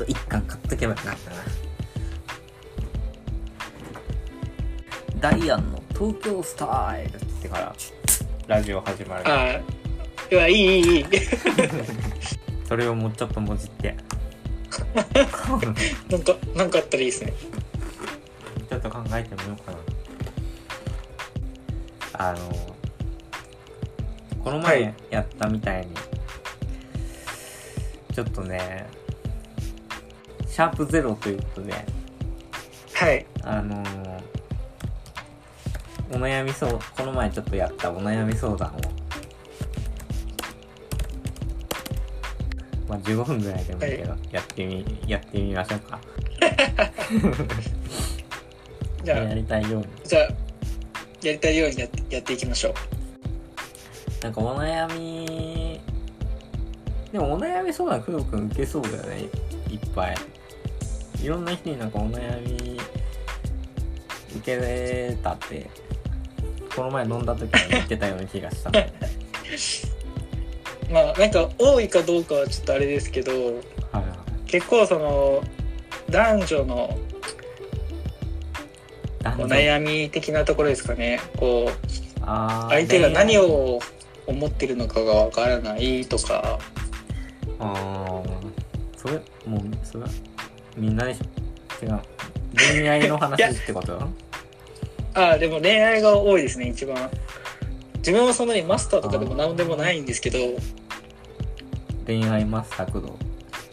一巻買っとけばよかったな。ダイアンの東京スタイルってからラジオ始まる。 ああ、いや、いいそれをもうちょっともじってなんかあったらいいですね。 ちょっと考えてみようかな。この前やったみたいに、ちょっとねシャープゼロということで、 はい。 お悩みこの前ちょっとやったお悩み相談を、まあ15分ぐらいでもいいけど、やってみましょうか。 じゃあやりたいように。 やりたいようにやっていきましょう。 なんかお悩み、でもお悩み相談工藤くん受けそうだよね。いっぱいいろんな人になんかお悩み受けたってこの前飲んだ時に言ってたような気がしたの。 まあなんか多いかどうかはちょっとあれですけど、 はいはい、 結構その男女のお悩み的なところですかね。こう相手が何を思ってるのかがわからないとか。 それはみんなでしょ。違う、恋愛の話ってこと？ でも恋愛が多いですね、一番。自分はそんなにマスターとかでも何でもないんですけど。 恋愛マスター工藤。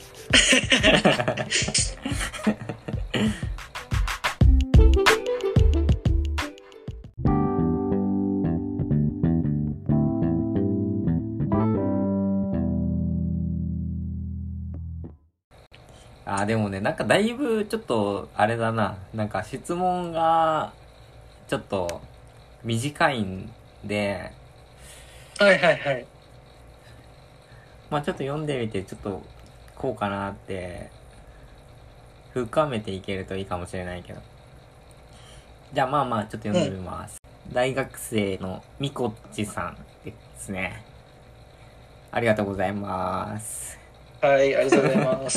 でもね、なんかだいぶちょっとあれだな、なんか質問がちょっと短いんで、 はいはいはい。 まあちょっと読んでみて、ちょっとこうかなって深めていけるといいかもしれないけど、じゃあまあちょっと読んでみます。大学生のみこっちさんですね。ありがとうございます。 はい、ありがとうございます。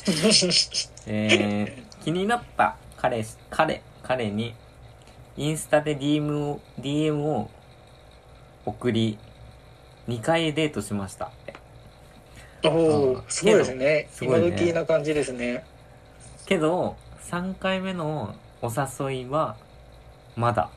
気になった彼にインスタで DM を送り2回デートしましたって。 すごいですね。今時な感じですね。 けど3回目のお誘いはまだ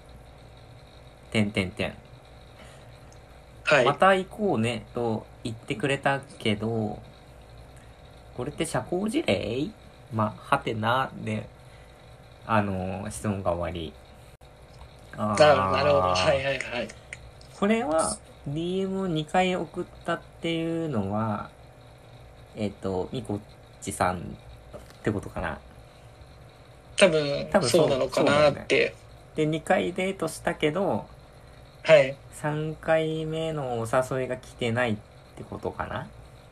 はい、 また行こうねと言ってくれたけど、これって社交辞令？はてなで質問が終わり。 なるほど。はいはいはい。 これは DM を2回送ったっていうのはみこっちさんってことかな。 多分そうなのかなって、ね。 で2回デートしたけど、 はい、 3回目のお誘いが来てないってことかな。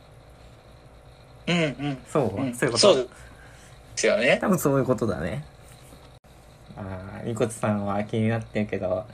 そういうこと。 そうですよね。 多分そういうことだね。みこっちさんは気になってるけど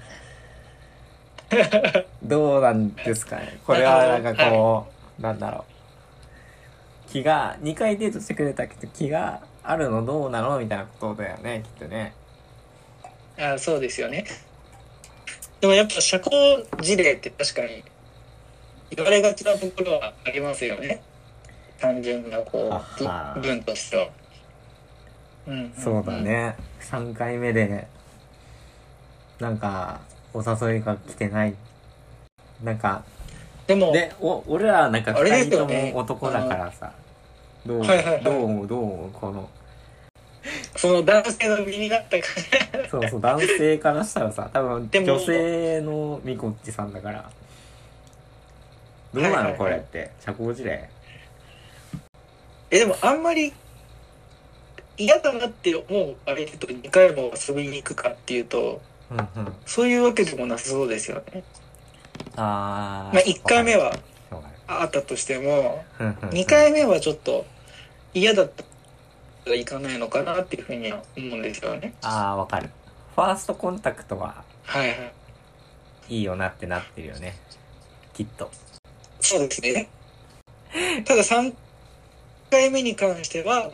どうなんですかね。これはなんかこう、なんだろう、気が2回デートしてくれたけど気があるのどうなのみたいなことだよね、きっとね。 そうですよね。でもやっぱ社交辞令って確かに言われがちなところはありますよね。単純なこう文としては。 そうだね。3回目でなんかお誘いが来てない。なんかでも俺らなんか2人とも男だからさ、どうこのその男性の身になったからそう男性からしたらさ、多分女性のみこっちさんだからどうなのこれって社交辞令。 でもあんまり嫌だなって思う相手と2回も遊びに行くかっていうと、そういうわけでもなさそうですよね。1回目はあったとしても2回目はちょっと嫌だったら行かないのかなっていうふうには思うんですよね。 わかる。ファーストコンタクトはいいよなってなってるよね、きっと。 そうですね。ただ3 回目に関しては、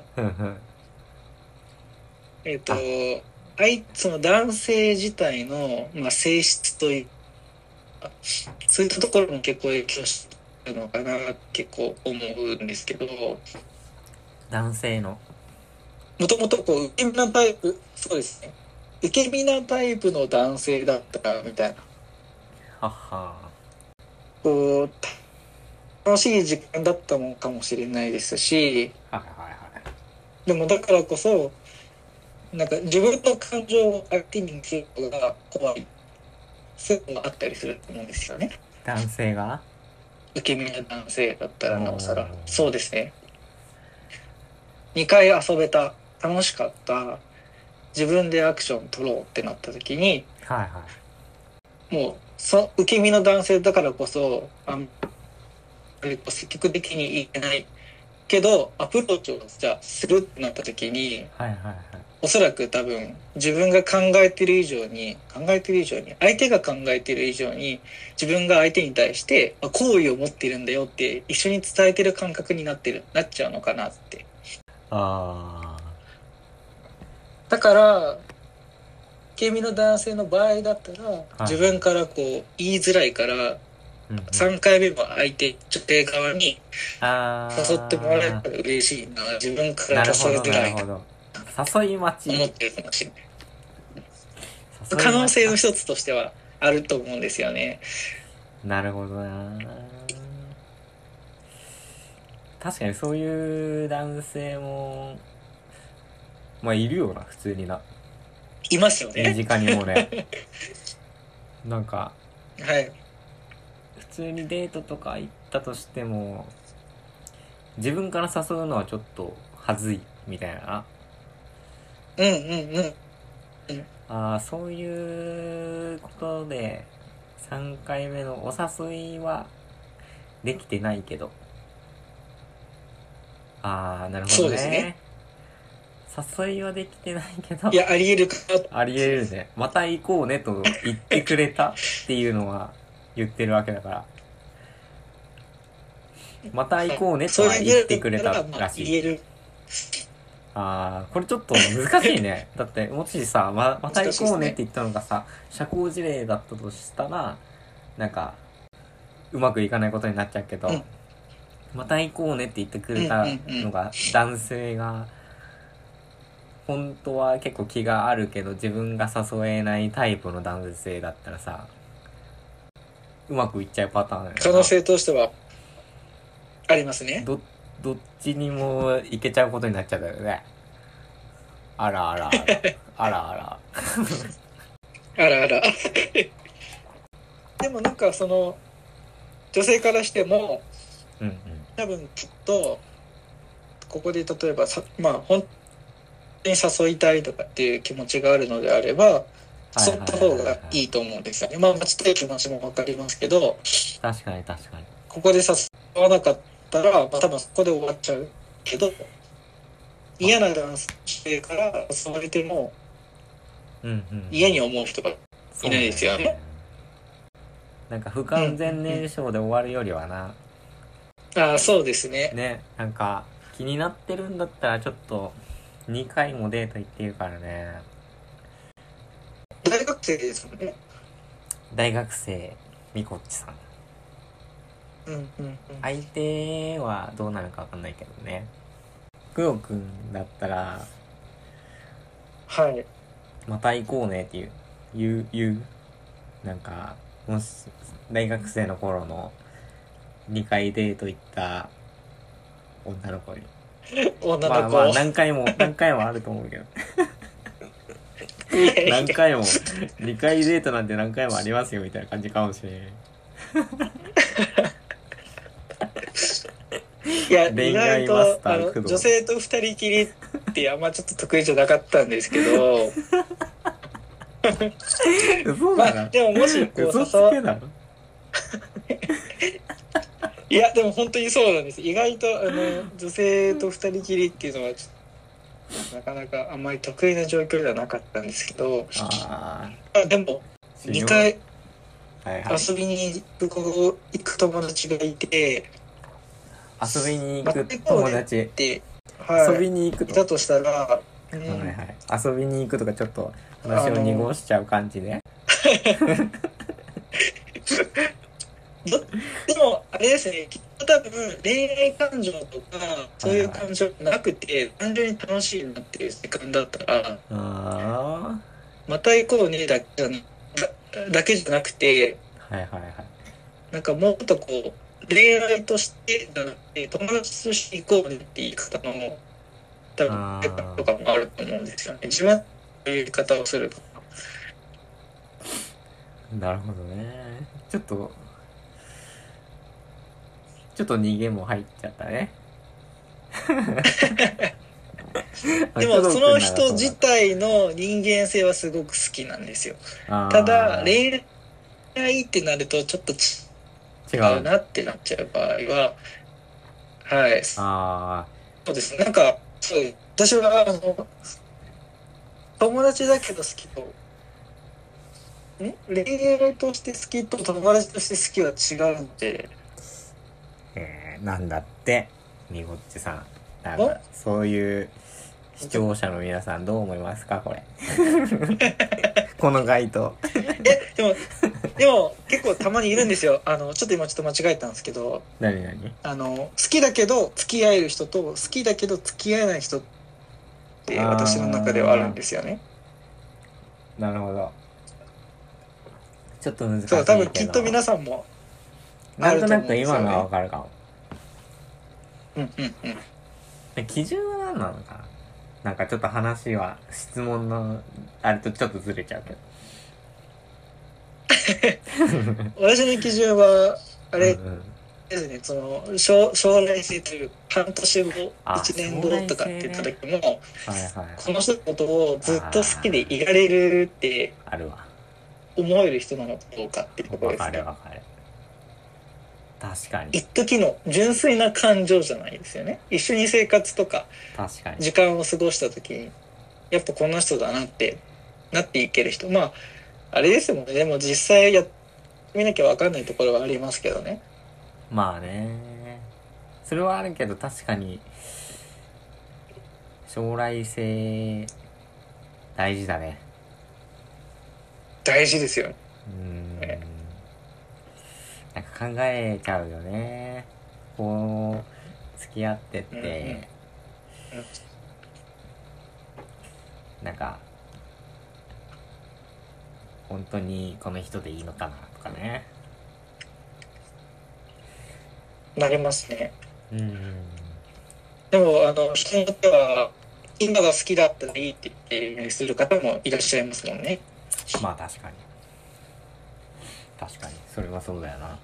その男性自体の、性質というか、そういったところも結構影響してるのかな、結構思うんですけど、 男性の。 もともとこう、受け身なタイプ、そうですね。受け身なタイプの男性だったみたいな。 はは。 こう、楽しい時間だったのかもしれないですし、 はいはいはい。 でもだからこそ、なんか自分の感情を相手に見せるのが怖い。そういうのがあったりすると思うんですよね。 男性が受け身な男性だったらなおさら。そうですね。2回遊べた、楽しかった、自分でアクション取ろうってなった時に、 はいはい。 もう、受け身の男性だからこそ、積極的にいけないけど、アプローチをじゃあするってなった時に、 はいはいはい。 おそらく多分自分が考えてる以上に相手が考えてる以上に自分が相手に対して好意を持ってるんだよって一緒に伝えてる感覚になっちゃうのかなって。 あだから受け身の男性の場合だったら、自分からこう言いづらいから、3回目も女性側に誘ってもらえたら嬉しいな、自分から誘いづらいな、 誘い待ち思ってるかもしれない。可能性の一つとしてはあると思うんですよね。 なるほどな。確かにそういう男性もいるよな、普通にな。 いますよね。 身近にもね。なんか、 はい。 普通にデートとか行ったとしても、自分から誘うのはちょっとはずいみたいな。そういうことで3回目のお誘いはできてないけど。なるほどね。 そうですね。 誘いはできてないけど。 いや、あり得るか。 あり得るね。また行こうねと言ってくれたっていうのは言ってるわけだから。また行こうねとは言ってくれたらしい。 言える。 これちょっと難しいね。だって、もしさ、また行こうねって言ったのがさ、社交辞令だったとしたら、なんか、うまくいかないことになっちゃうけど、また行こうねって言ってくれたのが、男性が、本当は結構気があるけど、自分が誘えないタイプの男性だったらさ、うまくいっちゃうパターンだよな。 可能性としては、ありますね。 どっちにもいけちゃうことになっちゃったよね。あらあらあら。あらあら。 あらあら。でもなんかその、女性からしても、多分きっと、ここで例えば本当に誘いたいとかっていう気持ちがあるのであれば、誘った方がいいと思うんですよね。待ちたい気持ちもわかりますけど、 確かに。 ここで誘わなかったら、多分そこで終わっちゃうけど、嫌な男性から誘われても、嫌に思う人がいないですよね。 なんか不完全燃焼で終わるよりはな。 そうですね。 ね、なんか気になってるんだったらちょっと2回もデート行ってるからね。 大学生ですもんね。 大学生、みこっちさん。相手はどうなるかわかんないけどね。くよくんだったら、 はい。 また行こうねって言う。なんか、もし、大学生の頃の2回デート行った女の子に。 女の子。 何回もあると思うけど。何回も、2回デートなんて何回もありますよみたいな感じかもしれない。 いや、意外と女性と二人きりってあんまちょっと得意じゃなかったんですけどでももしこういやでも本当にそうなんです。意外と女性と二人きりっていうのはなかなかあんまり得意な状況ではなかったんですけど、でも2回遊びに行く友達がいて、 遊びに行く友達で、 遊びに行くいたとしたら、 はいはい、遊びに行くとかちょっと話を濁しちゃう感じででもあれですね、きっと多分恋愛感情とかそういう感情なくて、はいはい、単純に楽しいなっていう時間だったら、また行こうねだけじゃなくて、 はいはいはい、 なんかもっとこう恋愛としてじゃなくて友達として行こうねって言い方の多分とかもあると思うんですよね。自分はそういう言い方をすると。 なるほどね。ちょっと逃げも入っちゃったね。 でもその人自体の人間性はすごく好きなんですよ。ただ恋愛ってなるとちょっと違うなってなっちゃう場合は、はい。そうですね。なんかそう私は友達だけど好きと恋愛として好きと友達として好きは違うので。 なんだってみごっちさん、なんかそういう視聴者の皆さんどう思いますかこれこの回答でも結構たまにいるんですよ。ちょっと今間違えたんですけど、 何好きだけど付き合える人と好きだけど付き合えない人って私の中ではあるんですよね。 なるほど。ちょっと難しいけど、 そう多分きっと皆さんもなんとなく今のは分かるかも。基準は何なのかな。なんかちょっと話は質問のあれとちょっとずれちゃうけど私の基準はあれですね、その将来性という半年後1年後とかって言った時も、この人のことをずっと好きでいられるって思える人なのかどうかっていうところですね。 わかる確かに一時の純粋な感情じゃないですよね。一緒に生活とか時間を過ごした時にやっぱこの人だなってなっていける人、まああれですもんね。でも実際やってみなきゃ分かんないところはありますけどね。 まあね、それはあるけど確かに将来性大事だね。 大事ですよ。 なんか考えちゃうよね。こう付き合ってって、なんか本当にこの人でいいのかなとかね。 なりますね。でも人によっては今が好きだったらいいって言ってする方もいらっしゃいますもんね。 まあ確かにそれはそうだよな。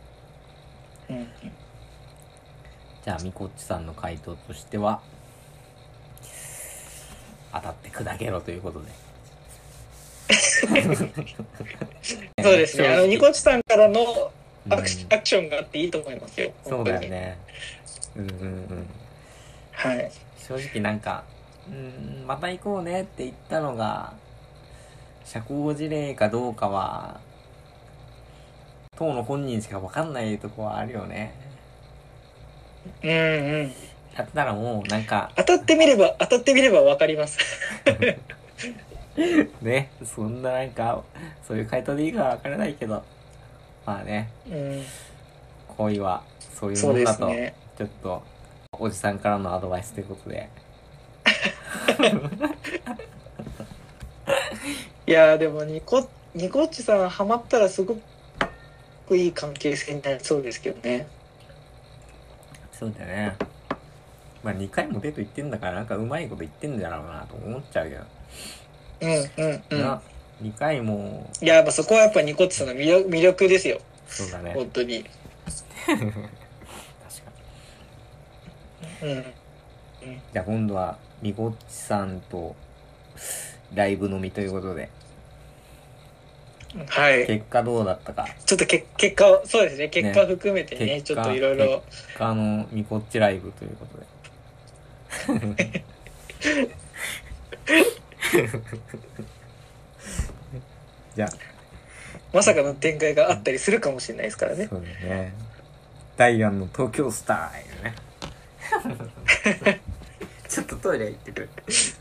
じゃあみこっちさんの回答としては当たって砕けろということでそうですね。みこっちさんからのアクションがあっていいと思いますよ。 そうだよね。 はい。 正直なんかまた行こうねって言ったのが社交辞令かどうかは当の本人しか分かんないとこはあるよね。だったらもうなんか当たってみれば分かりますね、そんななんかそういう回答でいいかは分からないけど、まあね、恋はそういうもんだと、ね、ちょっとおじさんからのアドバイスということでいやでもニコッチさんハマったらすごくいい関係性になりそうですけどね。 そうだね。まあ2回もデート行ってんだからなんかうまいこと言ってんだろうなと思っちゃうけど。2回も。 いやそこはやっぱニコッチさんの魅力ですよ。 そうだね。 本当に。 確かに。じゃあ今度はみこっちさんとライブ飲みということで。 はい。 結果どうだったか。 ちょっと結果そうですね。結果含めてねちょっといろいろ。 結果のみこっちライブということで。じゃあまさかの展開があったりするかもしれないですからね。 そうだね。ダイアンの東京スタイルちょっとトイレ行ってくる。